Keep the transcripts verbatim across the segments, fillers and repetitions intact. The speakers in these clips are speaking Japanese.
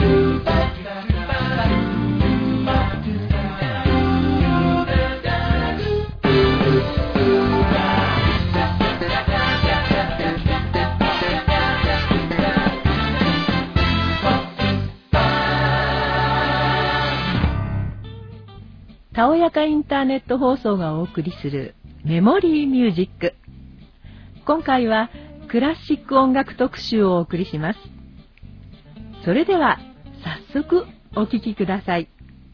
たおやかインターネット放送がお送りするメモリーミュージック。今回はクラシック音楽特集をお送りします。それでは早速お聴きください。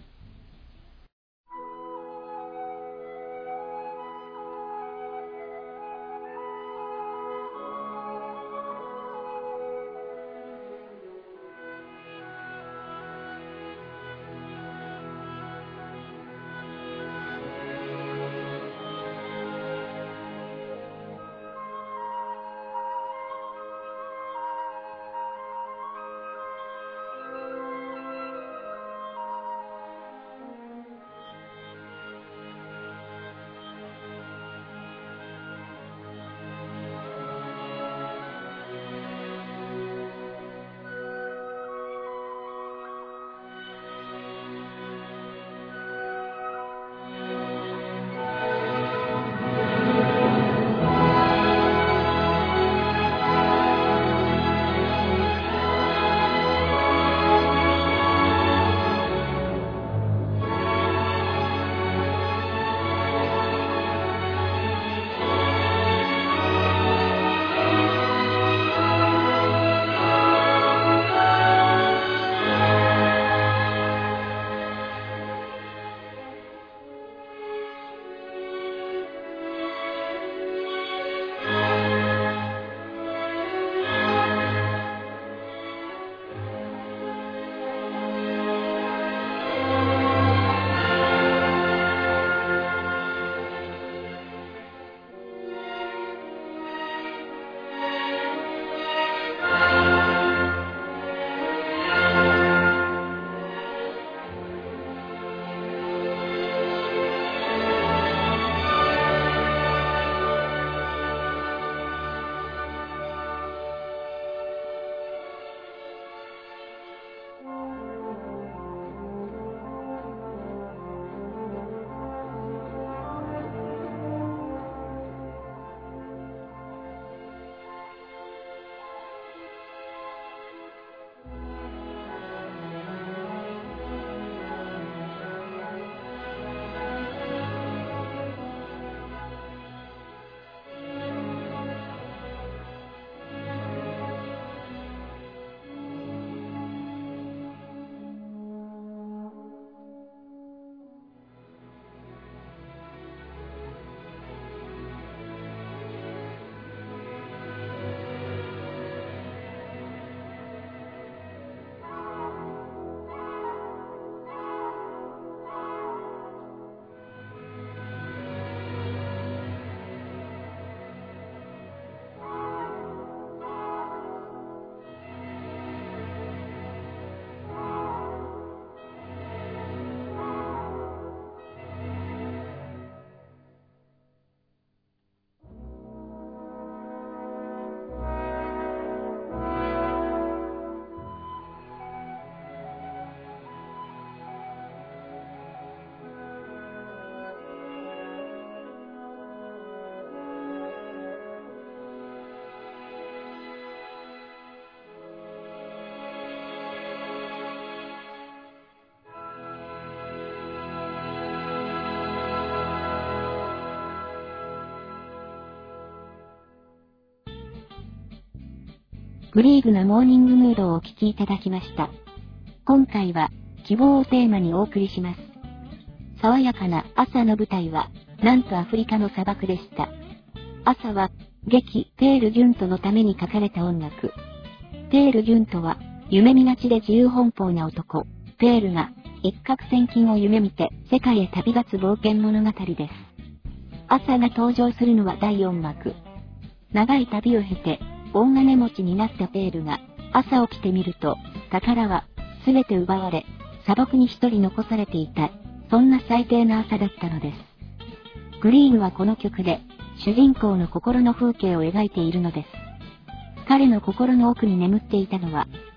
グリーグなモーニングムードをお聴きいただきました。今回は希望をテーマにお送りします。爽やかな朝の舞台は、なんとアフリカの砂漠でした。朝は、劇、ペール・ギュントのために書かれた音楽。ペール・ギュントは、夢見がちで自由奔放な男、ペールが、一攫千金を夢見て世界へ旅立つ冒険物語です。朝が登場するのはだいよんまく。長い旅を経て、大金持ちになったペールが、朝起きてみると、宝は、すべて奪われ、砂漠に一人残されていた、そんな最低な朝だったのです。グリーンはこの曲で、主人公の心の風景を描いているのです。彼の心の奥に眠っていたのは、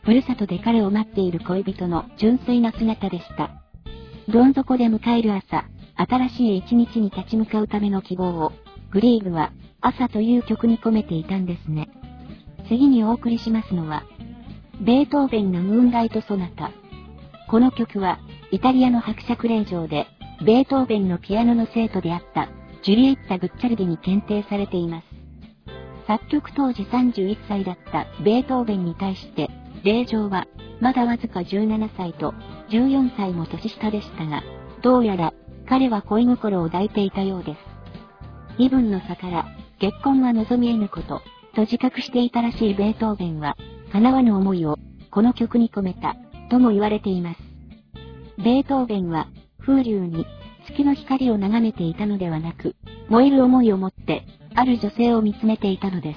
ふるさとで彼を待っている恋人の純粋な姿でした。どん底で迎える朝、新しい一日に立ち向かうための希望を、グリーグは、朝という曲に込めていたんですね。次にお送りしますのは、ベートーベンのムーンライトソナタ。この曲は、イタリアの伯爵令嬢で、ベートーベンのピアノの生徒であった、ジュリエッタ・グッチャルディに検定されています。作曲当時さんじゅういっさいだったベートーベンに対して、令嬢は、まだわずかじゅうななさいと、じゅうよんさいも年下でしたが、どうやら、彼は恋心を抱いていたようです。身分の差から、結婚は望み得ぬこと、と自覚していたらしいベートーベンは、叶わぬ思いを、この曲に込めた、とも言われています。ベートーベンは、風流に、月の光を眺めていたのではなく、燃える思いを持って、ある女性を見つめていたのです。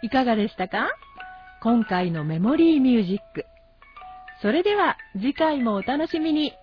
いかがでしたか？今回のメモリーミュージック。それでは次回もお楽しみに。